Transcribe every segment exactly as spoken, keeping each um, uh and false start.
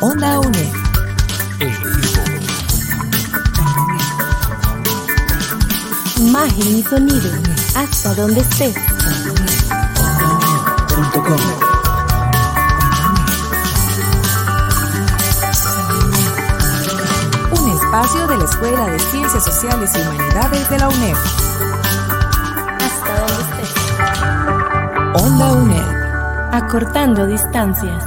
Onda U N E D. Imagen y sonido, hasta donde estés. Un espacio de la Escuela de Ciencias Sociales y Humanidades de la U N E D. Hasta donde estés. Onda U N E D. Acortando distancias.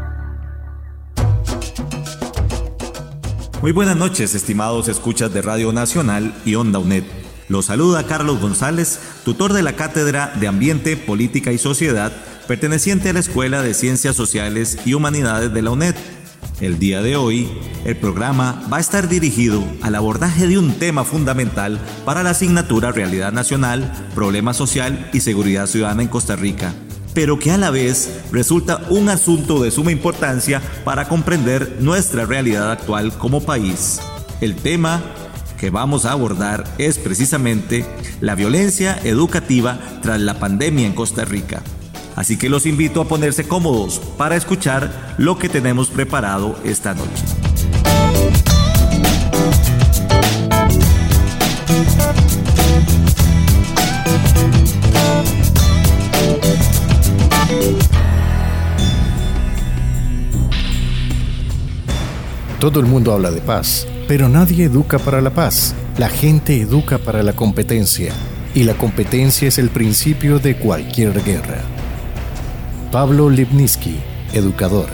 Muy buenas noches, estimados escuchas de Radio Nacional y Onda U N E D. Los saluda Carlos González, tutor de la Cátedra de Ambiente, Política y Sociedad, perteneciente a la Escuela de Ciencias Sociales y Humanidades de la U N E D. El día de hoy, el programa va a estar dirigido al abordaje de un tema fundamental para la asignatura Realidad Nacional, Problema Social y Seguridad Ciudadana en Costa Rica, pero que a la vez resulta un asunto de suma importancia para comprender nuestra realidad actual como país. El tema que vamos a abordar es precisamente la violencia educativa tras la pandemia en Costa Rica. Así que los invito a ponerse cómodos para escuchar lo que tenemos preparado esta noche. Todo el mundo habla de paz, pero nadie educa para la paz. La gente educa para la competencia, y la competencia es el principio de cualquier guerra. Pablo Lipnitsky, educador.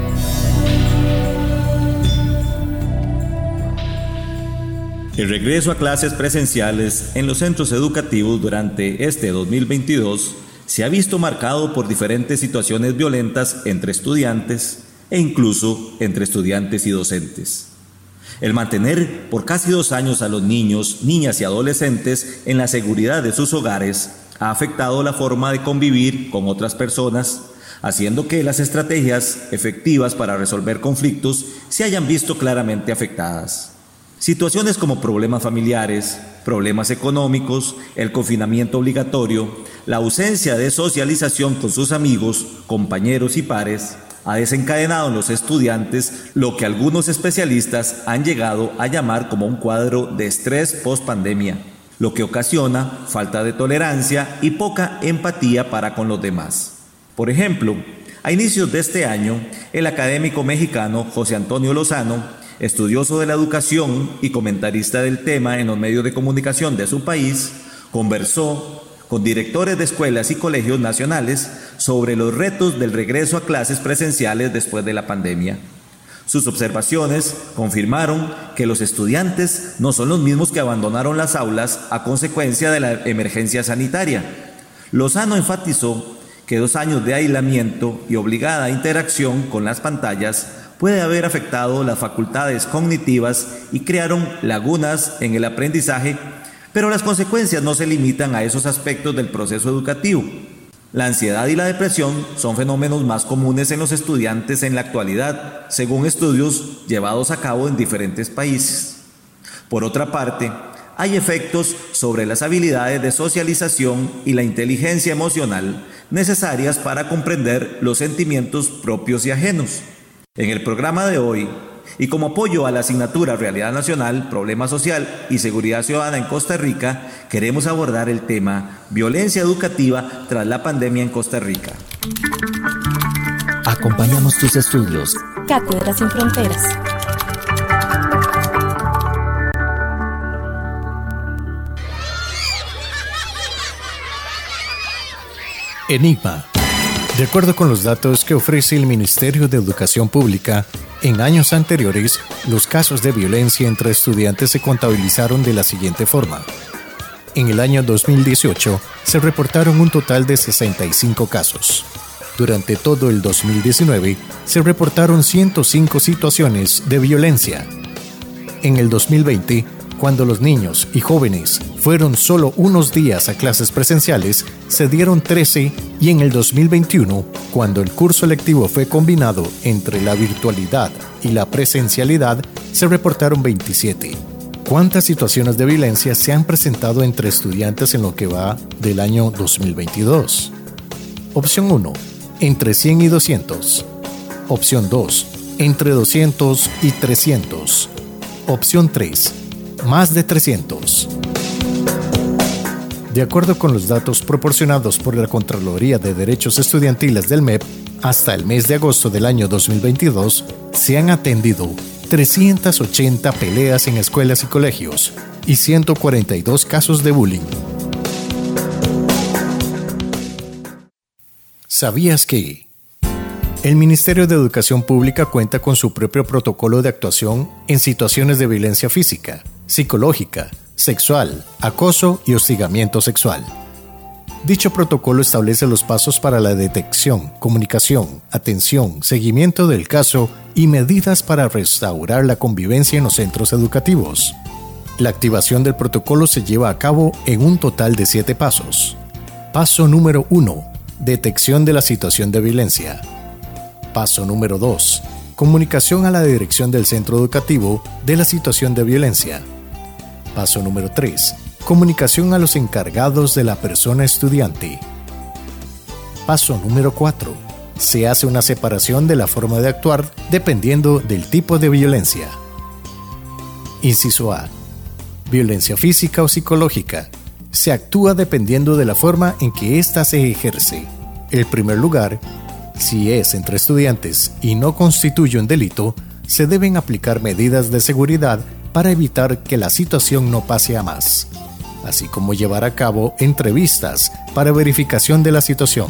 El regreso a clases presenciales en los centros educativos durante este dos mil veintidós se ha visto marcado por diferentes situaciones violentas entre estudiantes e incluso entre estudiantes y docentes. El mantener por casi dos años a los niños, niñas y adolescentes en la seguridad de sus hogares ha afectado la forma de convivir con otras personas, haciendo que las estrategias efectivas para resolver conflictos se hayan visto claramente afectadas. Situaciones como problemas familiares, problemas económicos, el confinamiento obligatorio, la ausencia de socialización con sus amigos, compañeros y pares, ha desencadenado en los estudiantes lo que algunos especialistas han llegado a llamar como un cuadro de estrés post-pandemia, lo que ocasiona falta de tolerancia y poca empatía para con los demás. Por ejemplo, a inicios de este año, el académico mexicano José Antonio Lozano, estudioso de la educación y comentarista del tema en los medios de comunicación de su país, conversó con directores de escuelas y colegios nacionales sobre los retos del regreso a clases presenciales después de la pandemia. Sus observaciones confirmaron que los estudiantes no son los mismos que abandonaron las aulas a consecuencia de la emergencia sanitaria. Lozano enfatizó que dos años de aislamiento y obligada interacción con las pantallas puede haber afectado las facultades cognitivas y crearon lagunas en el aprendizaje, pero las consecuencias no se limitan a esos aspectos del proceso educativo. La ansiedad y la depresión son fenómenos más comunes en los estudiantes en la actualidad, según estudios llevados a cabo en diferentes países. Por otra parte, hay efectos sobre las habilidades de socialización y la inteligencia emocional necesarias para comprender los sentimientos propios y ajenos. En el programa de hoy, y como apoyo a la asignatura Realidad Nacional, Problema Social y Seguridad Ciudadana en Costa Rica, queremos abordar el tema Violencia Educativa tras la pandemia en Costa Rica. Acompañamos tus estudios. Cátedra Sin Fronteras. Enigma. De acuerdo con los datos que ofrece el Ministerio de Educación Pública, en años anteriores, los casos de violencia entre estudiantes se contabilizaron de la siguiente forma. En el año dos mil dieciocho, se reportaron un total de sesenta y cinco casos. Durante todo el dos mil diecinueve, se reportaron ciento cinco situaciones de violencia. En el dos mil veinte, cuando los niños y jóvenes fueron solo unos días a clases presenciales, se dieron trece, y en el dos mil veintiuno, cuando el curso lectivo fue combinado entre la virtualidad y la presencialidad, se reportaron veintisiete. ¿Cuántas situaciones de violencia se han presentado entre estudiantes en lo que va del año dos mil veintidós? Opción uno, entre cien y doscientos. Opción dos, entre doscientos y trescientos. Opción tres, más de trescientos. De acuerdo con los datos proporcionados por la Contraloría de Derechos Estudiantiles del M E P, hasta el mes de agosto del año dos mil veintidós, se han atendido trescientas ochenta peleas en escuelas y colegios y ciento cuarenta y dos casos de bullying. ¿Sabías que? El Ministerio de Educación Pública cuenta con su propio protocolo de actuación en situaciones de violencia física, psicológica, sexual, acoso y hostigamiento sexual. Dicho protocolo establece los pasos para la detección, comunicación, atención, seguimiento del caso y medidas para restaurar la convivencia en los centros educativos. La activación del protocolo se lleva a cabo en un total de siete pasos. Paso número uno. Detección de la situación de violencia. Paso número dos. Comunicación a la dirección del centro educativo de la situación de violencia. Paso número tres. Comunicación a los encargados de la persona estudiante. Paso número cuatro. Se hace una separación de la forma de actuar dependiendo del tipo de violencia. Inciso A. Violencia física o psicológica. Se actúa dependiendo de la forma en que ésta se ejerce. En primer lugar, si es entre estudiantes y no constituye un delito, se deben aplicar medidas de seguridad para evitar que la situación no pase a más, así como llevar a cabo entrevistas para verificación de la situación.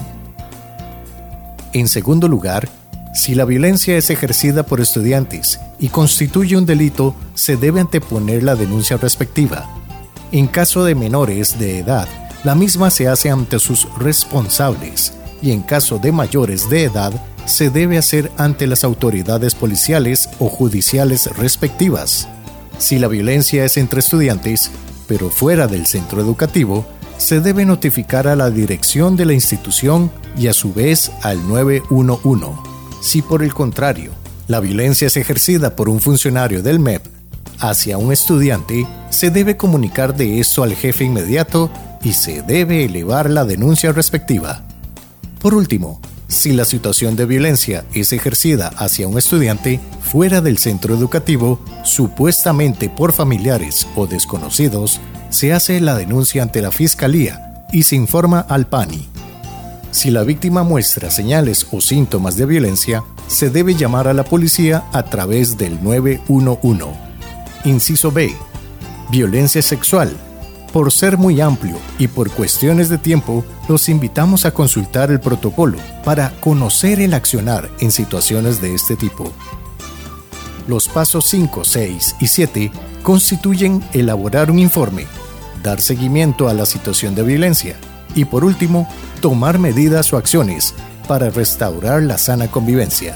En segundo lugar, si la violencia es ejercida por estudiantes y constituye un delito, se debe anteponer la denuncia respectiva. En caso de menores de edad, la misma se hace ante sus responsables, y en caso de mayores de edad, se debe hacer ante las autoridades policiales o judiciales respectivas. Si la violencia es entre estudiantes, pero fuera del centro educativo, se debe notificar a la dirección de la institución y a su vez al nueve uno uno. Si por el contrario, la violencia es ejercida por un funcionario del M E P hacia un estudiante, se debe comunicar de esto al jefe inmediato y se debe elevar la denuncia respectiva. Por último, si la situación de violencia es ejercida hacia un estudiante fuera del centro educativo, supuestamente por familiares o desconocidos, se hace la denuncia ante la Fiscalía y se informa al P A N I. Si la víctima muestra señales o síntomas de violencia, se debe llamar a la policía a través del nueve uno uno. Inciso B. Violencia sexual. Por ser muy amplio y por cuestiones de tiempo, los invitamos a consultar el protocolo para conocer el accionar en situaciones de este tipo. Los pasos cinco, seis y siete constituyen elaborar un informe, dar seguimiento a la situación de violencia y, por último, tomar medidas o acciones para restaurar la sana convivencia.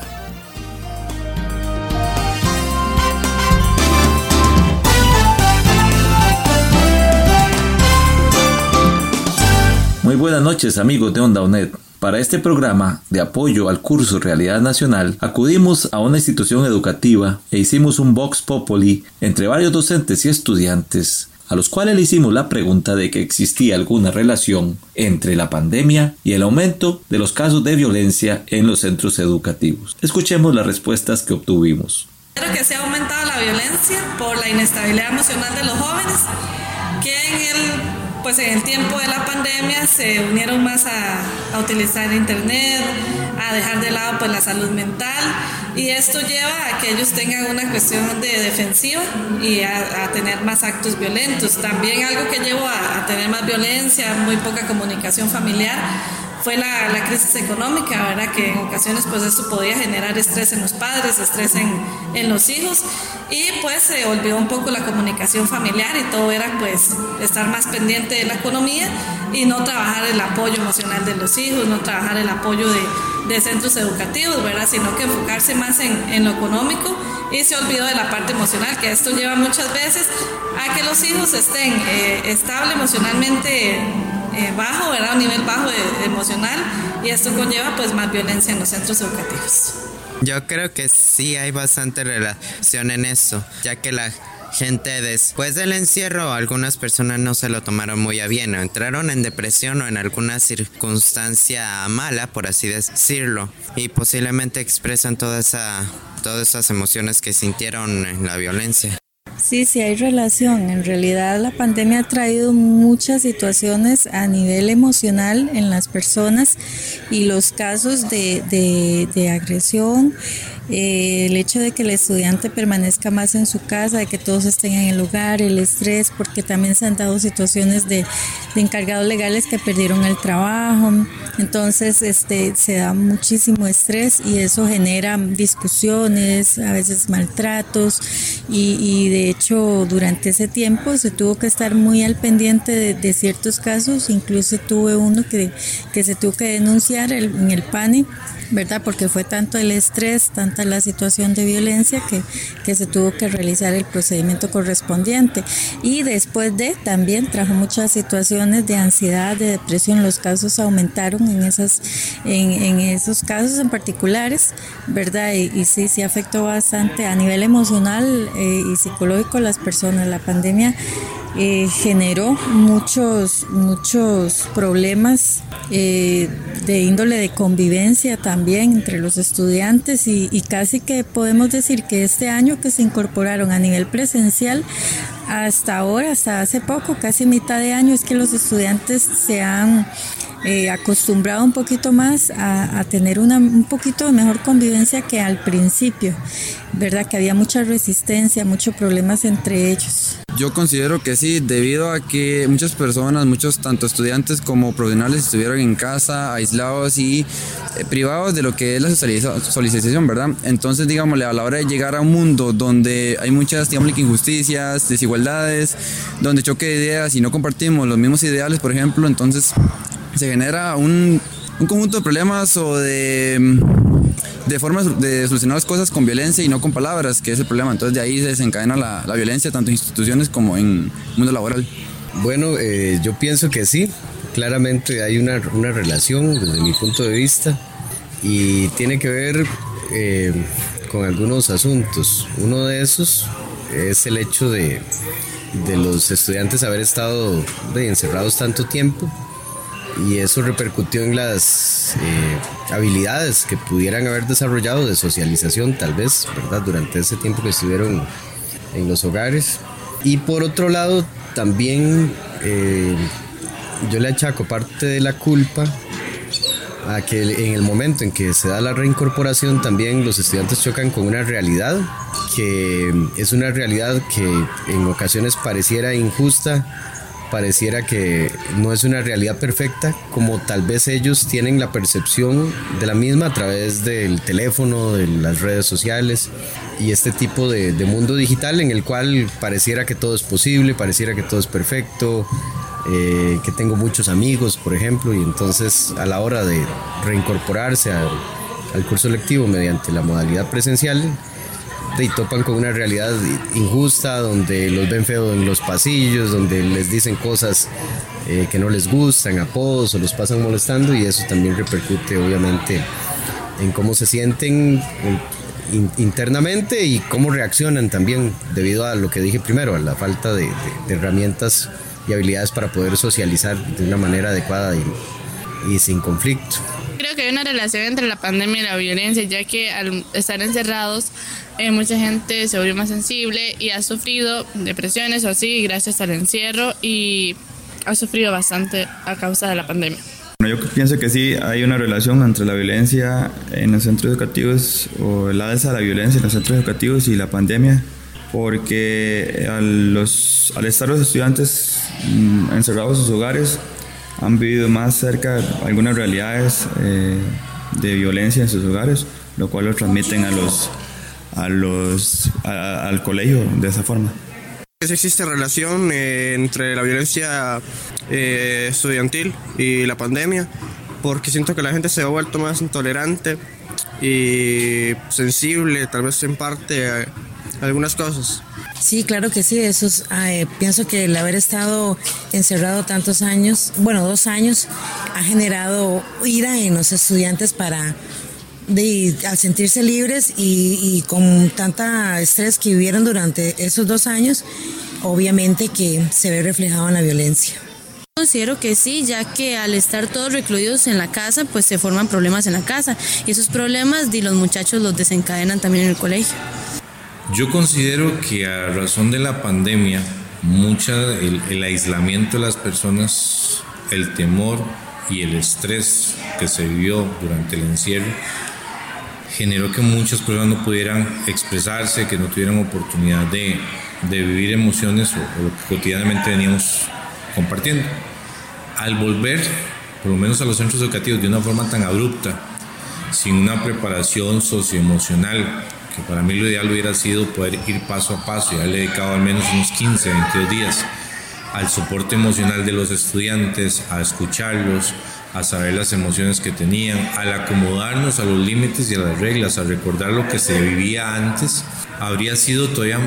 Muy buenas noches, amigos de Onda U N E D. Para este programa de apoyo al curso Realidad Nacional, acudimos a una institución educativa e hicimos un Vox Populi entre varios docentes y estudiantes, a los cuales le hicimos la pregunta de que existía alguna relación entre la pandemia y el aumento de los casos de violencia en los centros educativos. Escuchemos las respuestas que obtuvimos. Creo que se ha aumentado la violencia por la inestabilidad emocional de los jóvenes, que en el pues en el tiempo de la pandemia se unieron más a, a utilizar internet, a dejar de lado pues la salud mental, y esto lleva a que ellos tengan una cuestión de defensiva y a, a tener más actos violentos. También algo que llevó a, a tener más violencia, muy poca comunicación familiar, fue la, la crisis económica, ¿verdad? Que en ocasiones pues esto podía generar estrés en los padres, estrés en, en los hijos, y pues se olvidó un poco la comunicación familiar y todo era pues estar más pendiente de la economía y no trabajar el apoyo emocional de los hijos, no trabajar el apoyo de, de centros educativos, ¿verdad? Sino que enfocarse más en, en lo económico, y se olvidó de la parte emocional, que esto lleva muchas veces a que los hijos estén eh, estables emocionalmente, Eh, bajo, ¿verdad? Un nivel bajo de, emocional, y esto conlleva pues más violencia en los centros educativos. Yo creo que sí hay bastante relación en eso, ya que la gente después del encierro, algunas personas no se lo tomaron muy a bien, o entraron en depresión o en alguna circunstancia mala, por así decirlo, y posiblemente expresan toda esa, todas esas emociones que sintieron en la violencia. Sí, sí hay relación. En realidad la pandemia ha traído muchas situaciones a nivel emocional en las personas y los casos de, de, de agresión, eh, el hecho de que el estudiante permanezca más en su casa, de que todos estén en el hogar, el estrés, porque también se han dado situaciones de, de encargados legales que perdieron el trabajo. Entonces este, se da muchísimo estrés y eso genera discusiones, a veces maltratos y, y de hecho durante ese tiempo se tuvo que estar muy al pendiente de, de ciertos casos. Incluso tuve uno que, que se tuvo que denunciar el, en el PANI, ¿verdad? Porque fue tanto el estrés, tanta la situación de violencia que, que se tuvo que realizar el procedimiento correspondiente. Y después de, también trajo muchas situaciones de ansiedad, de depresión. Los casos aumentaron en, esas, en, en esos casos en particulares, ¿verdad? Y, y sí, sí afectó bastante a nivel emocional eh, y psicológico a las personas. La pandemia eh, generó muchos, muchos problemas eh, de índole de convivencia también entre los estudiantes y, y casi que podemos decir que este año que se incorporaron a nivel presencial, hasta ahora, hasta hace poco, casi mitad de año, es que los estudiantes se han eh, acostumbrado un poquito más a, a tener una un poquito de mejor convivencia que al principio, ¿verdad? Que había mucha resistencia, muchos problemas entre ellos. Yo considero que sí, debido a que muchas personas, muchos tanto estudiantes como profesionales estuvieron en casa, aislados y eh, privados de lo que es la socialización, ¿verdad? Entonces, digámosle, a la hora de llegar a un mundo donde hay muchas, digámosle, injusticias, desigualdades, donde choque de ideas y no compartimos los mismos ideales, por ejemplo, entonces se genera un, un conjunto de problemas o de... de formas de solucionar las cosas con violencia y no con palabras, que es el problema. Entonces de ahí se desencadena la, la violencia tanto en instituciones como en el mundo laboral. Bueno, eh, yo pienso que sí, claramente hay una, una relación desde mi punto de vista y tiene que ver eh, con algunos asuntos. Uno de esos es el hecho de, de los estudiantes haber estado de, encerrados tanto tiempo. Y eso repercutió en las eh, habilidades que pudieran haber desarrollado de socialización, tal vez, ¿verdad? Durante ese tiempo que estuvieron en los hogares. Y por otro lado, también eh, yo le achaco parte de la culpa a que en el momento en que se da la reincorporación, también los estudiantes chocan con una realidad, que es una realidad que en ocasiones pareciera injusta, pareciera que no es una realidad perfecta, como tal vez ellos tienen la percepción de la misma a través del teléfono, de las redes sociales y este tipo de, de mundo digital en el cual pareciera que todo es posible, pareciera que todo es perfecto, eh, que tengo muchos amigos, por ejemplo, y entonces a la hora de reincorporarse al, al curso lectivo mediante la modalidad presencial, y topan con una realidad injusta donde los ven feo en los pasillos, donde les dicen cosas eh, que no les gustan, apodos o los pasan molestando, y eso también repercute obviamente en cómo se sienten in, internamente y cómo reaccionan también debido a lo que dije primero, a la falta de, de, de herramientas y habilidades para poder socializar de una manera adecuada y, y sin conflicto. Creo que hay una relación entre la pandemia y la violencia, ya que al estar encerrados eh, mucha gente se volvió más sensible y ha sufrido depresiones o así gracias al encierro y ha sufrido bastante a causa de la pandemia. Bueno, yo pienso que sí hay una relación entre la violencia en los centros educativos o el alza de la violencia en los centros educativos y la pandemia, porque al, los, al estar los estudiantes mmm, encerrados en sus hogares han vivido más cerca algunas realidades eh, de violencia en sus hogares, lo cual lo transmiten a los, a los, a, al colegio de esa forma. Existe relación eh, entre la violencia eh, estudiantil y la pandemia, porque siento que la gente se ha vuelto más intolerante y sensible, tal vez en parte a, a algunas cosas. Sí, claro que sí, eso es, eh, pienso que el haber estado encerrado tantos años, bueno, dos años, ha generado ira en los estudiantes para, de, al sentirse libres y, y con tanta estrés que vivieron durante esos dos años, obviamente que se ve reflejado en la violencia. Considero que sí, ya que al estar todos recluidos en la casa, pues se forman problemas en la casa y esos problemas y los muchachos los desencadenan también en el colegio. Yo considero que a razón de la pandemia, mucha el, el aislamiento de las personas, el temor y el estrés que se vivió durante el encierro generó que muchas personas no pudieran expresarse, que no tuvieran oportunidad de, de vivir emociones o, o lo que cotidianamente veníamos compartiendo. Al volver, por lo menos a los centros educativos, de una forma tan abrupta, sin una preparación socioemocional, que para mí lo ideal hubiera sido poder ir paso a paso y haberle dedicado al menos unos quince, veintidós días al soporte emocional de los estudiantes, a escucharlos, a saber las emociones que tenían, al acomodarnos a los límites y a las reglas, a recordar lo que se vivía antes, habría sido todavía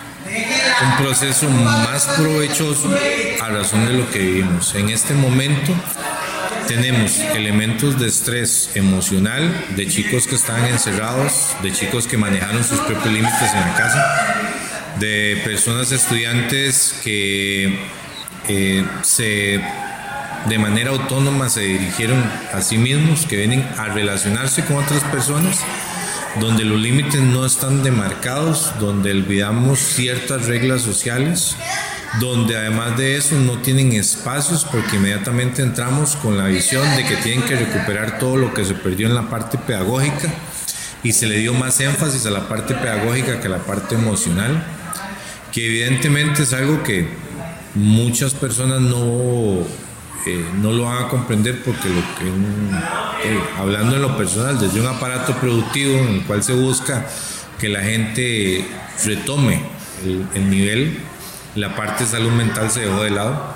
un proceso más provechoso a razón de lo que vivimos. En este momento tenemos elementos de estrés emocional de chicos que estaban encerrados, de chicos que manejaron sus propios límites en la casa, de personas estudiantes que eh, se, de manera autónoma se dirigieron a sí mismos, que vienen a relacionarse con otras personas, donde los límites no están demarcados, donde olvidamos ciertas reglas sociales, donde además de eso no tienen espacios porque inmediatamente entramos con la visión de que tienen que recuperar todo lo que se perdió en la parte pedagógica y se le dio más énfasis a la parte pedagógica que a la parte emocional, que evidentemente es algo que muchas personas no, eh, no lo van a comprender porque lo que, eh, hablando en lo personal, desde un aparato productivo en el cual se busca que la gente retome el, el nivel, la parte de salud mental se dejó de lado.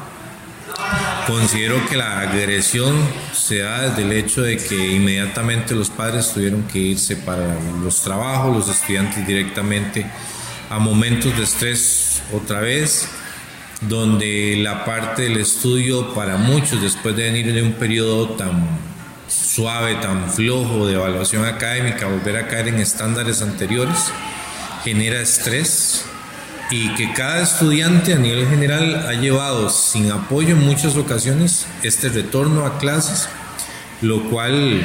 Considero que la agresión se da desde el hecho de que inmediatamente los padres tuvieron que irse para los trabajos, los estudiantes directamente a momentos de estrés otra vez, donde la parte del estudio para muchos, después de venir de un periodo tan suave, tan flojo de evaluación académica, volver a caer en estándares anteriores, genera estrés. Y que cada estudiante a nivel general ha llevado sin apoyo en muchas ocasiones este retorno a clases, lo cual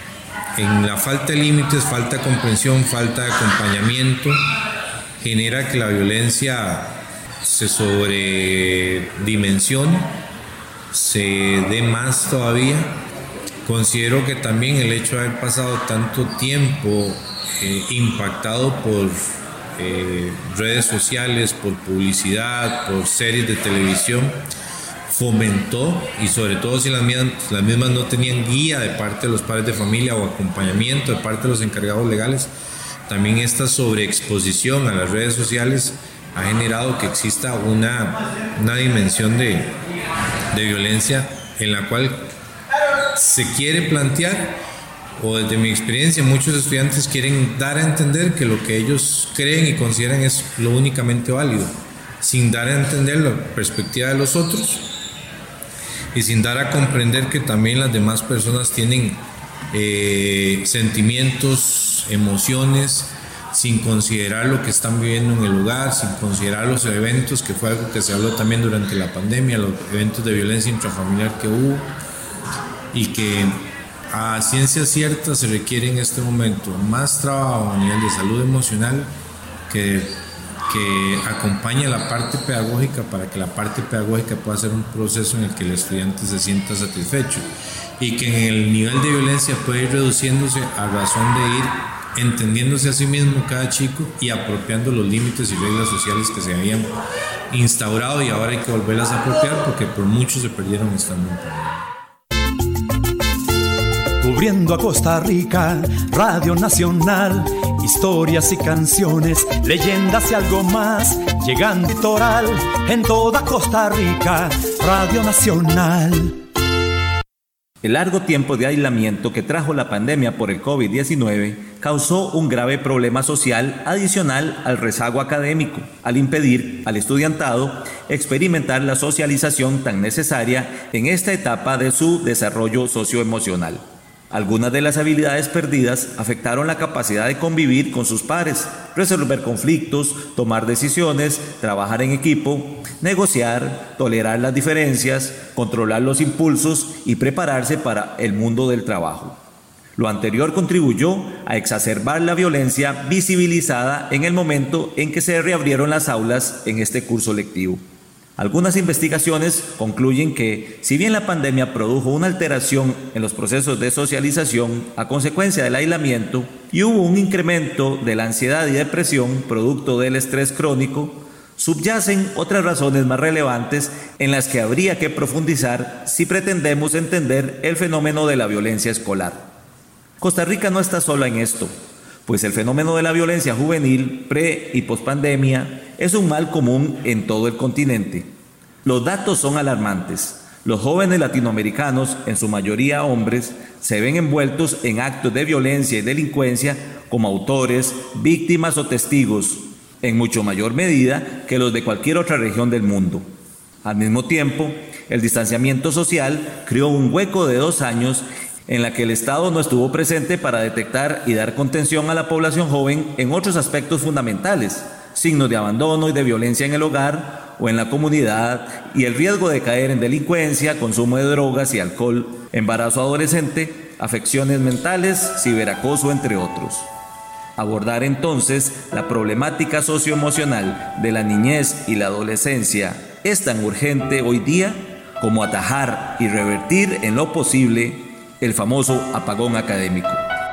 en la falta de límites, falta de comprensión, falta de acompañamiento, genera que la violencia se sobredimensione, se dé más todavía. Considero que también el hecho de haber pasado tanto tiempo eh, impactado por Eh, redes sociales, por publicidad, por series de televisión, fomentó, y sobre todo si las mismas, las mismas no tenían guía de parte de los padres de familia o acompañamiento de parte de los encargados legales, también esta sobreexposición a las redes sociales ha generado que exista una, una dimensión de, de violencia en la cual se quiere plantear, o desde mi experiencia, muchos estudiantes quieren dar a entender que lo que ellos creen y consideran es lo únicamente válido, sin dar a entender la perspectiva de los otros y sin dar a comprender que también las demás personas tienen eh, sentimientos, emociones, sin considerar lo que están viviendo en el lugar, sin considerar los eventos, que fue algo que se habló también durante la pandemia, los eventos de violencia intrafamiliar que hubo, y que a ciencia cierta se requiere en este momento más trabajo a nivel de salud emocional que, que acompañe a la parte pedagógica, para que la parte pedagógica pueda ser un proceso en el que el estudiante se sienta satisfecho, y que en el nivel de violencia puede ir reduciéndose a razón de ir entendiéndose a sí mismo cada chico y apropiando los límites y reglas sociales que se habían instaurado, y ahora hay que volverlas a apropiar porque por mucho se perdieron estando en pandemia. Cubriendo a Costa Rica, Radio Nacional, historias y canciones, leyendas y algo más, llegando litoral en toda Costa Rica, Radio Nacional. El largo tiempo de aislamiento que trajo la pandemia por el COVID diecinueve causó un grave problema social adicional al rezago académico, al impedir al estudiantado experimentar la socialización tan necesaria en esta etapa de su desarrollo socioemocional. Algunas de las habilidades perdidas afectaron la capacidad de convivir con sus pares, resolver conflictos, tomar decisiones, trabajar en equipo, negociar, tolerar las diferencias, controlar los impulsos y prepararse para el mundo del trabajo. Lo anterior contribuyó a exacerbar la violencia visibilizada en el momento en que se reabrieron las aulas en este curso lectivo. Algunas investigaciones concluyen que, si bien la pandemia produjo una alteración en los procesos de socialización a consecuencia del aislamiento y hubo un incremento de la ansiedad y depresión producto del estrés crónico, subyacen otras razones más relevantes en las que habría que profundizar si pretendemos entender el fenómeno de la violencia escolar. Costa Rica no está sola en esto, pues el fenómeno de la violencia juvenil pre- y pospandemia es un mal común en todo el continente. Los datos son alarmantes. Los jóvenes latinoamericanos, en su mayoría hombres, se ven envueltos en actos de violencia y delincuencia como autores, víctimas o testigos, en mucho mayor medida que los de cualquier otra región del mundo. Al mismo tiempo, el distanciamiento social creó un hueco de dos años en la que el Estado no estuvo presente para detectar y dar contención a la población joven en otros aspectos fundamentales, signos de abandono y de violencia en el hogar o en la comunidad y el riesgo de caer en delincuencia, consumo de drogas y alcohol, embarazo adolescente, afecciones mentales, ciberacoso, entre otros. Abordar entonces la problemática socioemocional de la niñez y la adolescencia es tan urgente hoy día como atajar y revertir en lo posible el famoso apagón académico.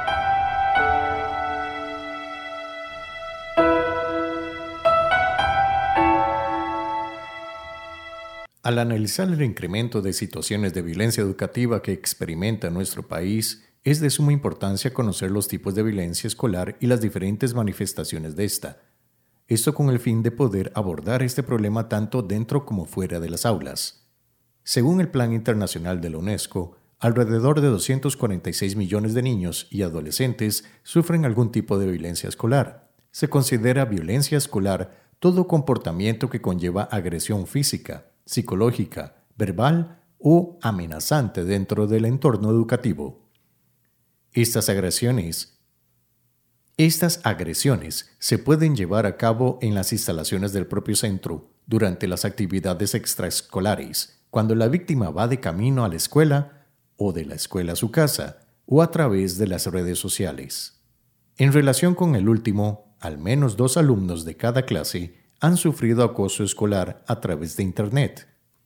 Al analizar el incremento de situaciones de violencia educativa que experimenta nuestro país, es de suma importancia conocer los tipos de violencia escolar y las diferentes manifestaciones de esta. Esto con el fin de poder abordar este problema tanto dentro como fuera de las aulas. Según el Plan Internacional de la UNESCO, alrededor de doscientos cuarenta y seis millones de niños y adolescentes sufren algún tipo de violencia escolar. Se considera violencia escolar todo comportamiento que conlleva agresión física, psicológica, verbal o amenazante dentro del entorno educativo. Estas agresiones, estas agresiones se pueden llevar a cabo en las instalaciones del propio centro, durante las actividades extraescolares, cuando la víctima va de camino a la escuela o de la escuela a su casa, o a través de las redes sociales. En relación con el último, al menos dos alumnos de cada clase han sufrido acoso escolar a través de Internet.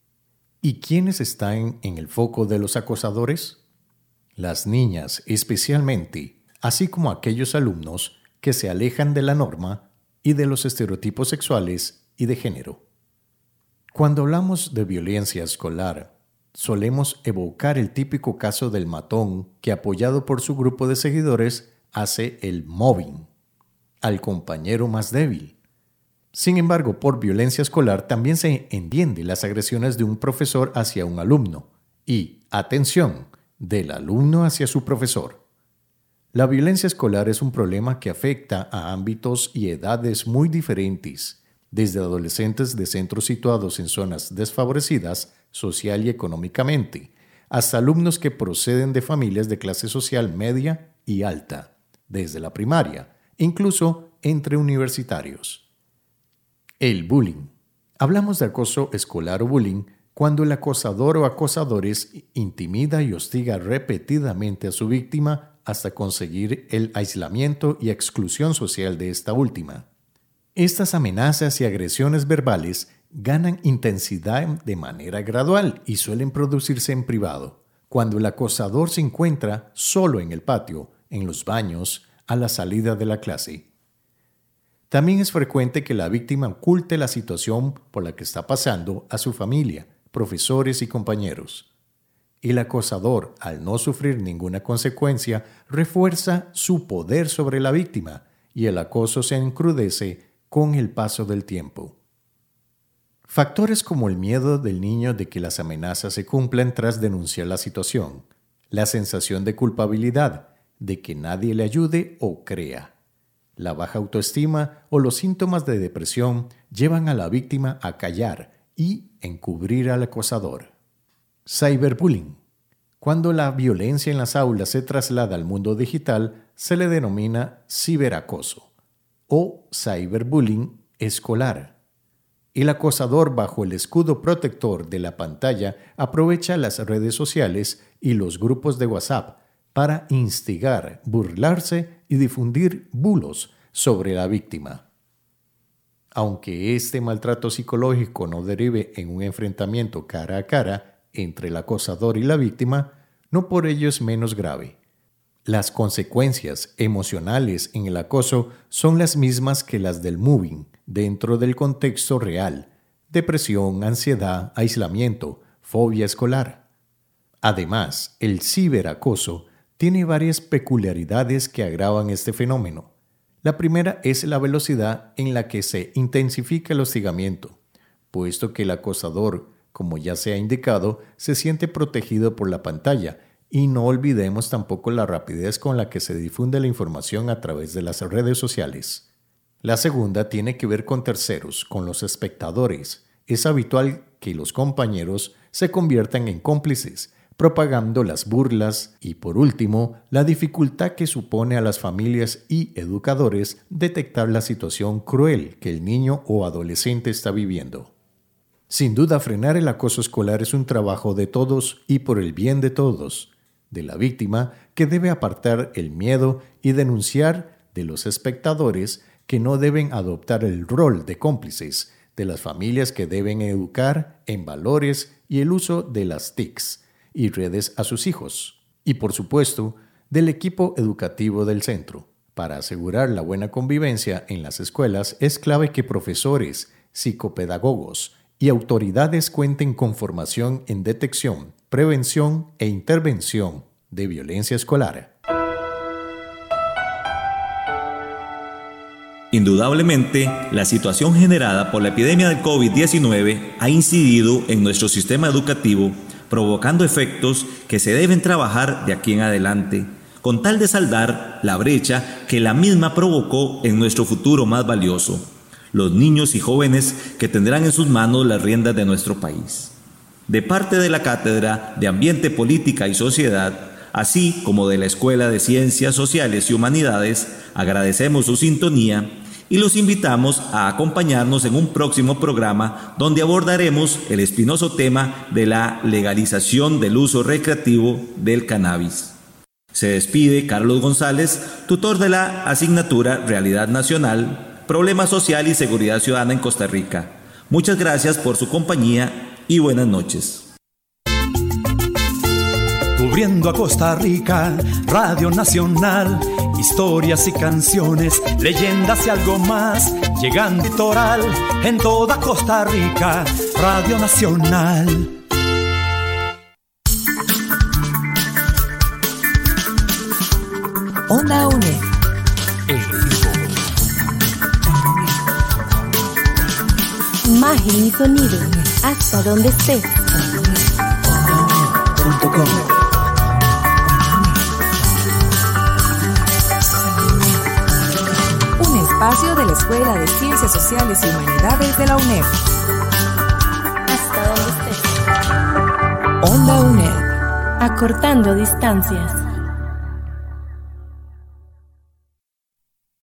¿Y quiénes están en el foco de los acosadores? Las niñas especialmente, así como aquellos alumnos que se alejan de la norma y de los estereotipos sexuales y de género. Cuando hablamos de violencia escolar, solemos evocar el típico caso del matón que, apoyado por su grupo de seguidores, hace el mobbing al compañero más débil. Sin embargo, por violencia escolar también se entiende las agresiones de un profesor hacia un alumno y, atención, del alumno hacia su profesor. La violencia escolar es un problema que afecta a ámbitos y edades muy diferentes, desde adolescentes de centros situados en zonas desfavorecidas social y económicamente, hasta alumnos que proceden de familias de clase social media y alta, desde la primaria, incluso entre universitarios. El bullying. Hablamos de acoso escolar o bullying cuando el acosador o acosadores intimida y hostiga repetidamente a su víctima hasta conseguir el aislamiento y exclusión social de esta última. Estas amenazas y agresiones verbales ganan intensidad de manera gradual y suelen producirse en privado, cuando el acosador se encuentra solo en el patio, en los baños, a la salida de la clase. También es frecuente que la víctima oculte la situación por la que está pasando a su familia, profesores y compañeros. El acosador, al no sufrir ninguna consecuencia, refuerza su poder sobre la víctima y el acoso se encrudece con el paso del tiempo. Factores como el miedo del niño de que las amenazas se cumplan tras denunciar la situación, la sensación de culpabilidad, de que nadie le ayude o crea, la baja autoestima o los síntomas de depresión llevan a la víctima a callar y encubrir al acosador. Cyberbullying. Cuando la violencia en las aulas se traslada al mundo digital, se le denomina ciberacoso o cyberbullying escolar. El acosador, bajo el escudo protector de la pantalla, aprovecha las redes sociales y los grupos de WhatsApp para instigar, burlarse y difundir bulos sobre la víctima. Aunque este maltrato psicológico no derive en un enfrentamiento cara a cara entre el acosador y la víctima, no por ello es menos grave. Las consecuencias emocionales en el acoso son las mismas que las del mobbing dentro del contexto real: depresión, ansiedad, aislamiento, fobia escolar. Además, el ciberacoso tiene varias peculiaridades que agravan este fenómeno. La primera es la velocidad en la que se intensifica el hostigamiento, puesto que el acosador, como ya se ha indicado, se siente protegido por la pantalla, y no olvidemos tampoco la rapidez con la que se difunde la información a través de las redes sociales. La segunda tiene que ver con terceros, con los espectadores. Es habitual que los compañeros se conviertan en cómplices, propagando las burlas, y por último, la dificultad que supone a las familias y educadores detectar la situación cruel que el niño o adolescente está viviendo. Sin duda, frenar el acoso escolar es un trabajo de todos y por el bien de todos, de la víctima, que debe apartar el miedo y denunciar, de los espectadores, que no deben adoptar el rol de cómplices, de las familias, que deben educar en valores y el uso de las T I Cs y redes a sus hijos, y por supuesto, del equipo educativo del centro. Para asegurar la buena convivencia en las escuelas, es clave que profesores, psicopedagogos y autoridades cuenten con formación en detección, prevención e intervención de violencia escolar. Indudablemente, la situación generada por la epidemia del COVID diecinueve ha incidido en nuestro sistema educativo, provocando efectos que se deben trabajar de aquí en adelante, con tal de saldar la brecha que la misma provocó en nuestro futuro más valioso: los niños y jóvenes que tendrán en sus manos las riendas de nuestro país. De parte de la Cátedra de Ambiente, Política y Sociedad, así como de la Escuela de Ciencias Sociales y Humanidades, agradecemos su sintonía y los invitamos a acompañarnos en un próximo programa donde abordaremos el espinoso tema de la legalización del uso recreativo del cannabis. Se despide Carlos González, tutor de la asignatura Realidad Nacional, Problema Social y Seguridad Ciudadana en Costa Rica. Muchas gracias por su compañía y buenas noches. Cubriendo a Costa Rica, Radio Nacional, historias y canciones, leyendas y algo más, llegando litoral en toda Costa Rica, Radio Nacional. Onda U N E D. Imagen y sonido, hasta donde estés. Punto com. Un espacio de la Escuela de Ciencias Sociales y Humanidades de la U N E D. Hasta donde estés. Onda U N E D. Acortando distancias.